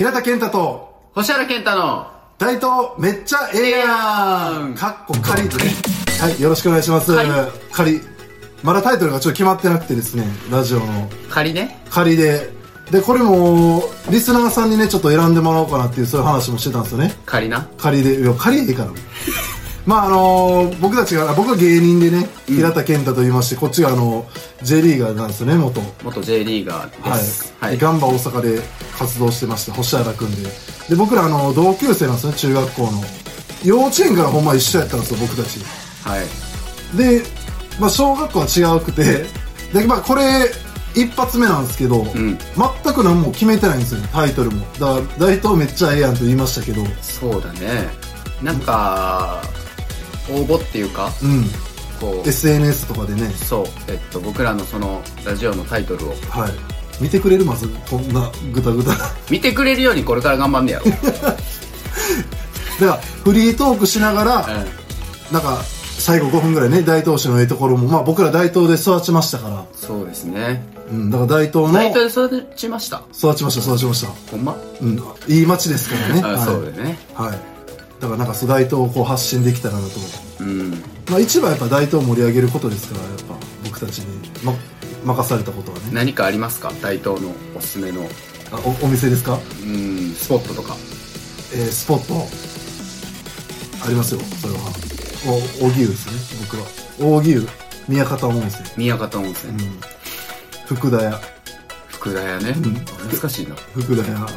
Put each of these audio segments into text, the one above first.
平田健太と星原健太の大東めっちゃええやんかっこ仮でね。はい、よろしくお願いします。仮まだタイトルがちょっと決まってなくてですね、ラジオの仮ね、 仮でこれもリスナーさんにねちょっと選んでもらおうかなっていうそういう話もしてたんですよね。 仮な仮で、いや仮でいいからまあ僕は芸人でね、平田健太と言いまして、こっちがJ リーガーなんですよね。元 J リーガーです。 はい、ガンバ大阪で活動してました星原君で僕ら同級生なんですね。中学校の幼稚園からほんま一緒やったんですよ、僕たち。はいで、小学校は違うくてで、これ一発目なんですけど、全く何も決めてないんですよ、タイトルも。だから大東めっちゃええやんと言いましたけど。 そうだね、なんか応募っていうか、 こう SNS とかでね。 そう、僕らのそのラジオのタイトルを、 はい、見てくれる。まずこんなグタグタ見てくれるようにこれから頑張んねやろだからフリートークしながら、なんか最後5分ぐらいね、大東市のええところも、僕ら大東で育ちましたから。 そうですね、 だから大東で育ちました。 ほんま、いい街ですからね。 そうだね。はい、 だからなんか大東をこう発信できたらなと。一番やっぱ大東を盛り上げることですから、やっぱ僕たちに、任されたことはね。 何かありますか、大東のおすすめのお店ですか。 スポットとか。 スポットありますよ。それは荻生ですね。僕は荻生、宮方温泉、福田屋ね、 懐かしいな。 福田屋、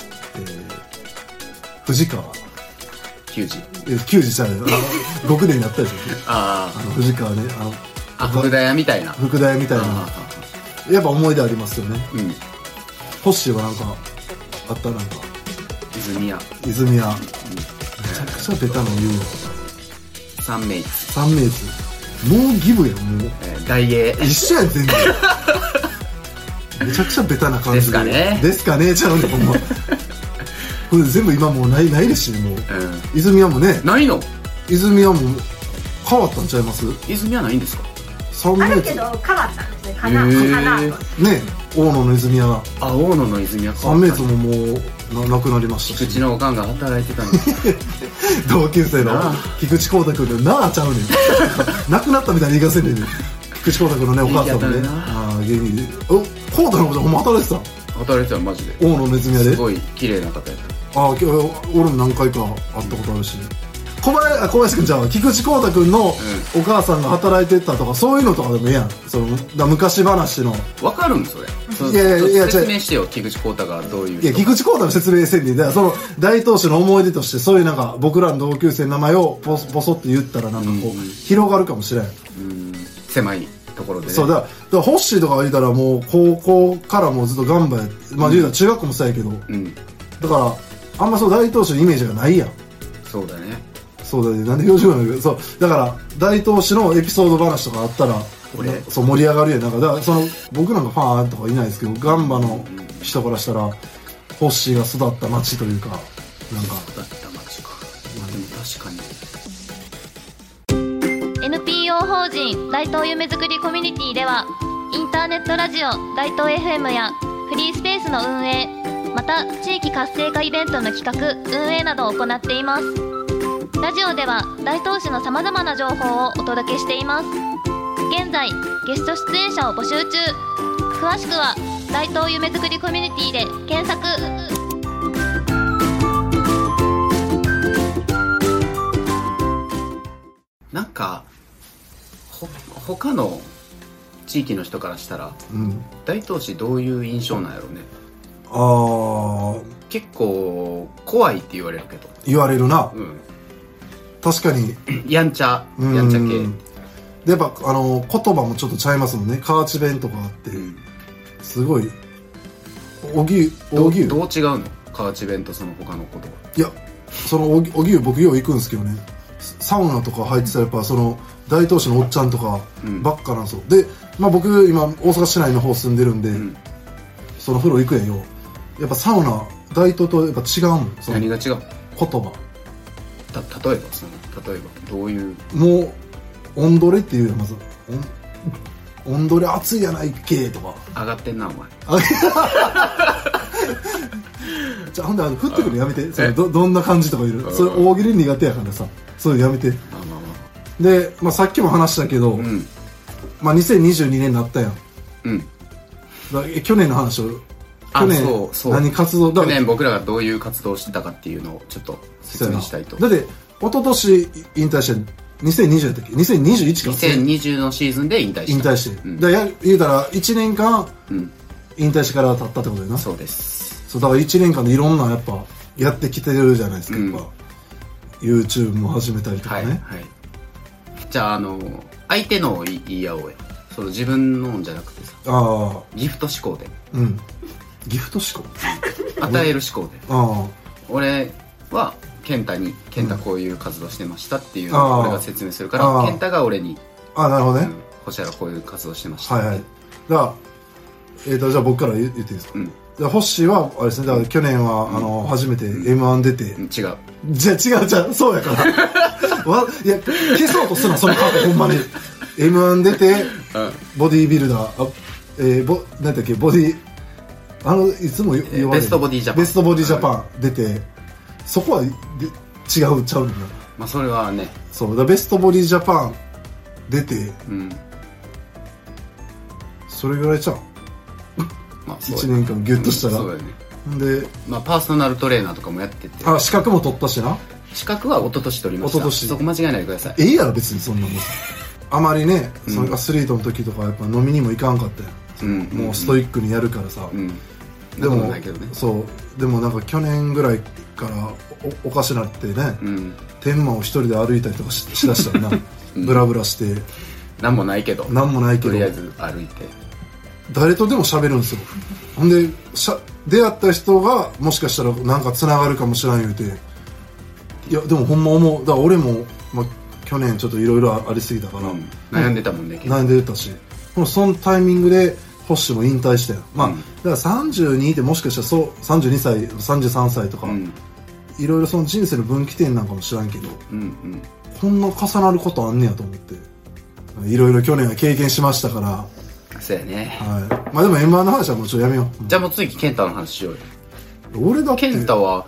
藤川球児ちゃうよ。6年になったでしょ。藤川ね、 福田屋みたいな。 やっぱ思い出ありますよね。ホッシーはなんかあった。なんか泉屋、めちゃくちゃベタの言うの。 三名津もうギブやん。もう大英一緒やん全然めちゃくちゃベタな感じですかねちゃうね。ほんまこれ全部今もうないですし、もう泉屋もね。 ないの？ 泉屋も変わったんちゃいます？ 泉屋ないんですか？ あるけど変わったんですね。かなね、大野の泉屋が。 大野の泉屋か。 三名津ももうなくなりましたし、 菊池のおかんが働いてたんです同級生の菊池光太君でなあちゃうねん亡くなったみたいに言いかせんねん。菊池光太君のね、お母さんもね、元気で。光太のことほんま働いてたマジで。 大野の泉屋ですごい綺麗な方やった。 俺も何回か会ったことあるし、小林君じゃあ菊池光太君のお母さんが働いてたとか、そういうのとかでもええやん。その昔話の。 わかるんそれ。 いや説明してよ、菊池光太がどういう。 いや、菊池光太の説明せんでいい。だからその大東市の思い出として、そういうなんか僕らの同級生の名前をポソって言ったらなんかこう広がるかもしれん。 狭いところでね。 そうだからホッシーとか言ったらもう高校からもうずっとガンバやって、言うたら中学校もそうやけど、だからあんまそう大東市のイメージがないやん。 そうだね。 そうだね。なんで表情なんだけど、そうだから大東市のエピソード話とかあったらそう盛り上がるやん。なんかだからその僕なんかファンとかいないですけど、ガンバの人からしたらホッシーが育った街というか、なんか育った街か。でも確かに NPO 法人大東夢づくりコミュニティでは、インターネットラジオ大東 FM やフリースペースの運営、また地域活性化イベントの企画運営などを行っています。ラジオでは大東市のさまざまな情報をお届けしています。現在ゲスト出演者を募集中。詳しくは大東夢づくりコミュニティで検索。 なんか他の地域の人からしたら、大東市どういう印象なんやろうね。結構怖いって言われるけど。 言われるな。確かにやんちゃ系で、やっぱ言葉もちょっとちゃいますもんね。河内弁とかあって、すごい荻生どう違うの？河内弁とその他の言葉。 いや、その荻生僕よう行くんですけどね、サウナとか入ってたらやっぱその大東市のおっちゃんとかばっかなんですよ。で、僕今大阪市内の方住んでるんで、その風呂行くやんよ。やっぱサウナ大東とやっぱ違うもん。 何が違う？ 言葉。 例えばどういう。 もうオンドレっていうやん。まずオンドレ熱いやないっけとか。 上がってんなお前。 じゃあほんで降ってくるのやめて、それ どんな感じとか言う、それ大喜利苦手やからさ、そういうのやめて。で、まあ、さっきも話したけど、まあ、2022年になったやん。去年の話を、去年何活動去年僕らがどういう活動をしてたかっていうのをちょっと説明したいと。 だって一昨年引退して2020やったっけ、2021か、 2020のシーズンで引退して、言うたら1年間引退してから経ったってことやな。 そうです。 そうだから1年間でいろんなやっぱやってきてるじゃないですか、やっぱ YouTube も始めたりとかね。 じゃあ相手のを言い合おうよ。その自分のんじゃなくてさ、ギフト思考で。 ギフト思考与える思考で。俺は健太こういう活動してましたっていうのを俺が説明するから、健太が俺に、 なるほどね、 星原こういう活動してました。 はいはい。じゃあ僕から言っていいですか。じゃあホッシーはあれですね、だから去年は初めて M1 出て、 違う、 じゃあ違うそうやからいや消そうとすなそのカードほんまに。 M1 出てボディービルダー、何だっけ、ボディいつも言われるベストボディジャパン出て、そこは違うちゃうのよ。 まあそれはね、 そうだ、ベストボディジャパン出て、それぐらいちゃう、1年間ギュッとしたら。 そうだね。で、まあパーソナルトレーナーとかもやってて、 資格も取ったしな。 資格は一昨年取りました。そこ間違えないでください。 いいやろ別にそんなもん。あまりね、そのアスリートの時とかやっぱ飲みにも行かんかったやん。もうストイックにやるからさ。でもそうでもなんか去年ぐらいからおかしなってね、天満を一人で歩いたりとか しだしたらな、ブラブラして、 なんもないけどとりあえず歩いて誰とでも喋るんですよ。ほんで出会った人がもしかしたらなんかつながるかもしれん言うて、いやでもほんま思う。だから俺も、去年ちょっといろいろありすぎたから、 悩んでたもんね。 悩んでたし、そのタイミングでホッシュも引退したよ。だから32でもしかしたらそう32歳33歳とか、いろいろその人生の分岐点なんかも知らんけど、こんな重なることあんねやと思って、いろいろ去年は経験しましたから。 そうやね。 でも M1 の話はもうちょっとやめよう。 じゃあもう次健太の話しようよ。 俺だって健太は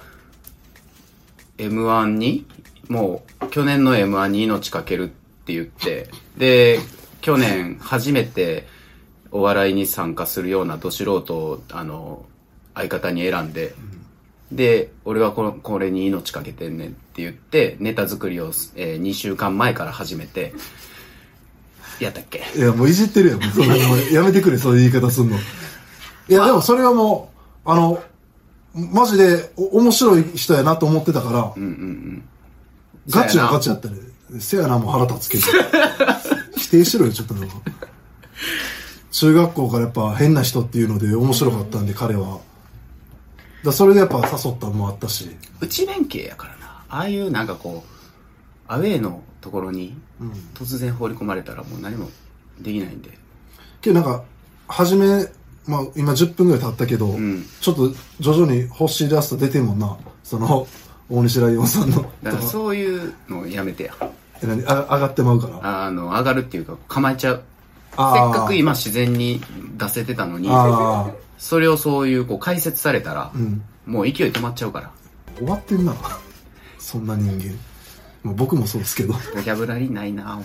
M1 にもう去年の M1 に命かけるって言って、で去年初めてお笑いに参加するようなど素人を相方に選んで、で俺はこれに命かけてんねんって言ってネタ作りを、2週間前から始めてやったっけ。 いやもういじってるやん。それもやめてくれ、そういう言い方すんの。いやでもそれはもうマジで面白い人やなと思ってたから、ガチはガチやったね。せやなもう腹立つけど否定しろよちょっと。なんか中学校からやっぱ変な人っていうので面白かったんで、彼はそれでやっぱ誘ったのもあったし、 内弁慶やからな。ああいうなんかこうアウェーのところに突然放り込まれたらもう何もできないんで。 けどなんか初め、今10分ぐらい経ったけど、ちょっと徐々に欲しいラスト出てんもんな、その大西ライオンさんの。 だからそういうのやめてや。 上がってまうから。 上がるっていうか構えちゃう。せっかく今自然に出せてたのに、それをそういう解説されたら、もう勢い止まっちゃうから。 終わってんなそんな人間。僕もそうですけど。 ボキャブラリーないなお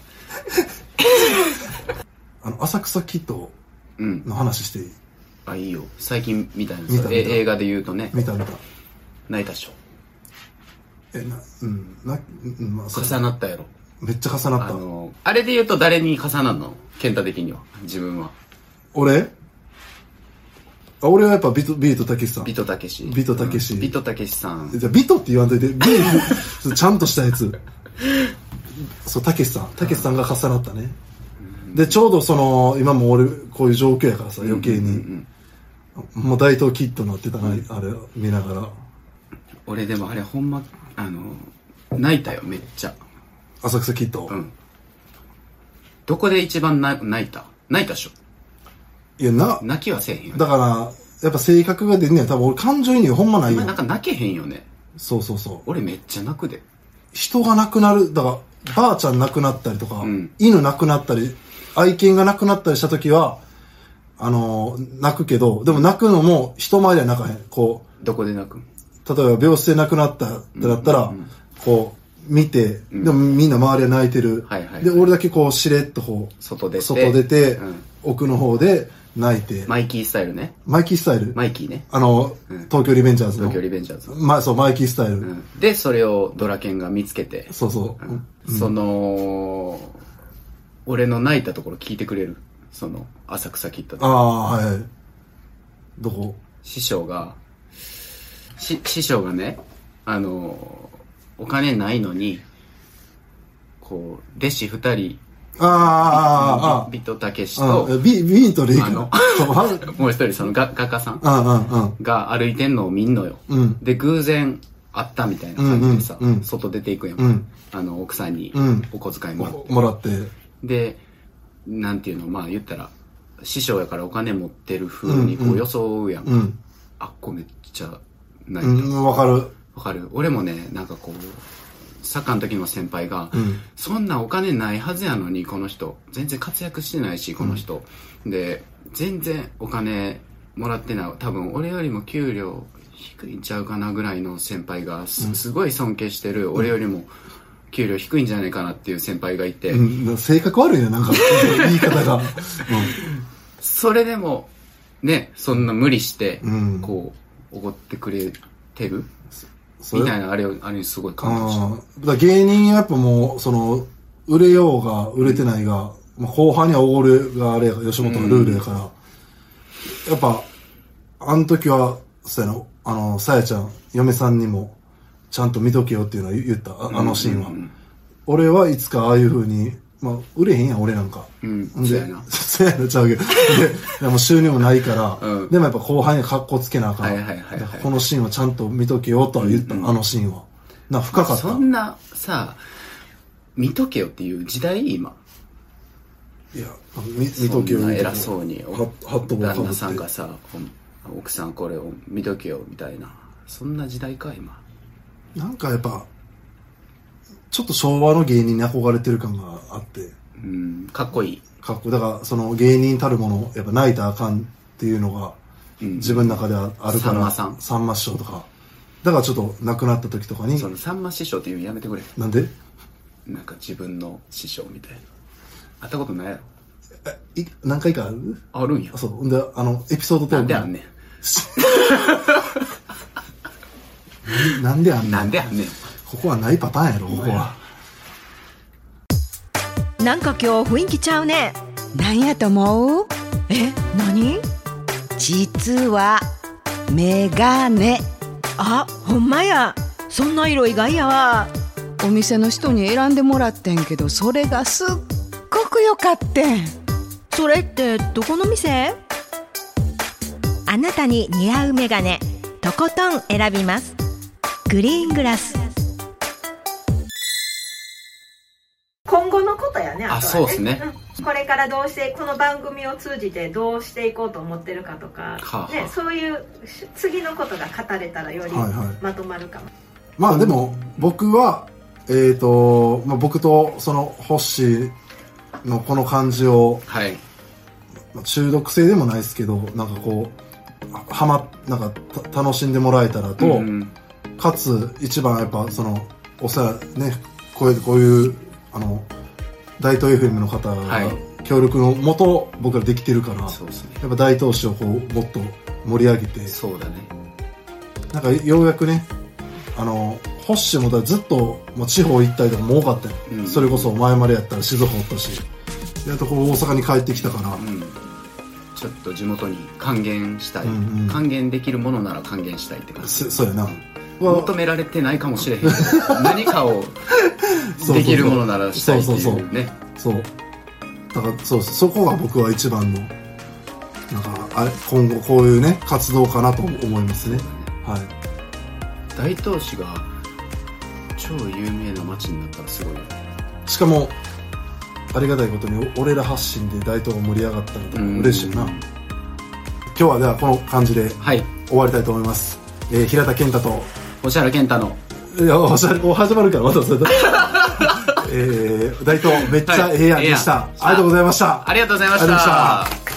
前。浅草キッドの話していい？ いいよ。最近見たんですよ。映画で言うとね。 見た。 泣いたっしょ。重なったやろ。 めっちゃ重なった。 あれで言うと誰に重なるの？健太的には。自分は。 俺はやっぱビートたけしさん。 ビトたけしさん。 じゃあビトって言わんといて。ちゃんとしたやつ。そう、たけしさんが重なったね。でちょうど今も俺こういう状況やからさ、余計にもう大東キッドになってたな、あれ見ながら。 俺でもあれほんま泣いたよめっちゃ。 浅草キッド。 どこで一番泣いたっしょ。 いや泣きはせえへんよね。 だからやっぱ性格が出んねや。多分俺感情移入ほんまないよ。 なんか泣けへんよね。 そう。 俺めっちゃ泣くで。 人が亡くなる、だからばあちゃん亡くなったりとか、犬亡くなったり愛犬が亡くなったりした時は泣くけど、でも泣くのも人前では泣かへん。こう。どこで泣くん？ 例えば病室で亡くなったってなったら、こう、見て、でもみんな周りは泣いてる。で、俺だけこう、しれっとこう、外出て、奥の方で泣いて。 マイキースタイルね。 マイキースタイル？ マイキーね。 東京リベンジャーズの。 東京リベンジャーズ。 そう、マイキースタイル。 で、それをドラケンが見つけて。 そうそう。 俺の泣いたところ聞いてくれる？浅草切ったところ。はい。どこ？ 師匠がね、お金ないのに、こう、弟子2人、ビトタケシと、 ビートでいいかな。 もう一人、画家さんが歩いてんのを見んのよ。で、偶然会ったみたいな感じでさ、外出ていくやん。奥さんにお小遣いもらって。 で、なんていうの、まあ言ったら、師匠やからお金持ってる風にこう装うやん。あっこめっちゃ泣いた。 わかる。 俺もね、なんかこう、サッカーの時の先輩が、そんなお金ないはずやのに、この人、全然活躍してないし、この人。で、全然お金もらってない。多分、俺よりも給料低いんちゃうかなぐらいの先輩が、すごい尊敬してる、俺よりも給料低いんじゃないかなっていう先輩がいて。 性格悪いね、なんか、言い方が。 それでも、ね、そんな無理して、こう、おごってくれてるみたいな、あれにすごい感動した。 芸人やっぱもう、売れようが売れてないが、後半にはおごるがあれやから、吉本のルールやから、やっぱ、あの時は、そうやな、さやちゃん、嫁さんにも、ちゃんと見とけよっていうのは言った、あのシーンは。俺はいつかああいう風に、売れへんやん、俺なんか。 そうやな。 そうやな、ちゃうけど。でも収入もないから、でもやっぱ後輩に格好つけなあかん。このシーンはちゃんと見とけよとは言った、あのシーンは。深かった。 そんな、さ、見とけよっていう時代今。 いや、見とけよ。 そんな偉そうに、旦那さんがさ、奥さんこれを見とけよみたいな。そんな時代か、今。 なんかやっぱ、ちょっと昭和の芸人に憧れてる感があって。 かっこいい。 かっこいい。だからその芸人たるもの、やっぱ泣いたらあかんっていうのが、自分の中であるから。さんま師匠とか。だからちょっと亡くなった時とかに。 さんま師匠っていうのやめてくれ。 なんで？ なんか自分の師匠みたいな。会ったことないやろ。 何回かある？ あるんや。 そう。で、エピソードトーク。 なんであんねん。なんであんねん。 なんであんねん。 ここはないパターンやろ、ここは。 なんか今日雰囲気ちゃうね。何やと思う？何？実はメガネ。あ、ほんまや。そんな色意外やわ。お店の人に選んでもらってんけど、それがすっごくよかってん。それってどこの店？ あなたに似合うメガネ、とことん選びます。グリーングラス。 今後のことやね。あとはね。 そうですね。 これからどうしてこの番組を通じてどうしていこうと思ってるかとか、ね、そういう次のことが語れたらよりまとまるかも。 まあでも僕は僕とそのホッシーのこの感じを、中毒性でもないですけど、なんかこうなんか楽しんでもらえたらと、かつ一番やっぱそのお世話ね、こういう大東 FM の方が協力のもと僕らできてるから、やっぱ大東市をこうもっと盛り上げて、 そうだね。 なんかようやくね、ホッシーもずっと地方行ったりとかも多かったよ、それこそ前までやったら静岡おったし、やっとこう大阪に帰ってきたから、 ちょっと地元に還元したい、還元できるものなら還元したいって感じ。 そうやな。 求められてないかもしれへんけど何かをできるものならしたいっていうね。 そうだからそこが僕は一番のなんか今後こういうね活動かなと思いますね。 大東市が超有名な街になったらすごい。 しかもありがたいことに俺ら発信で大東が盛り上がったので嬉しいな。今日はではこの感じで終わりたいと思います。平田健太と星原健太のいや始まるからまたそれ大東めっちゃええやんでした。ありがとうございました。 ありがとうございました。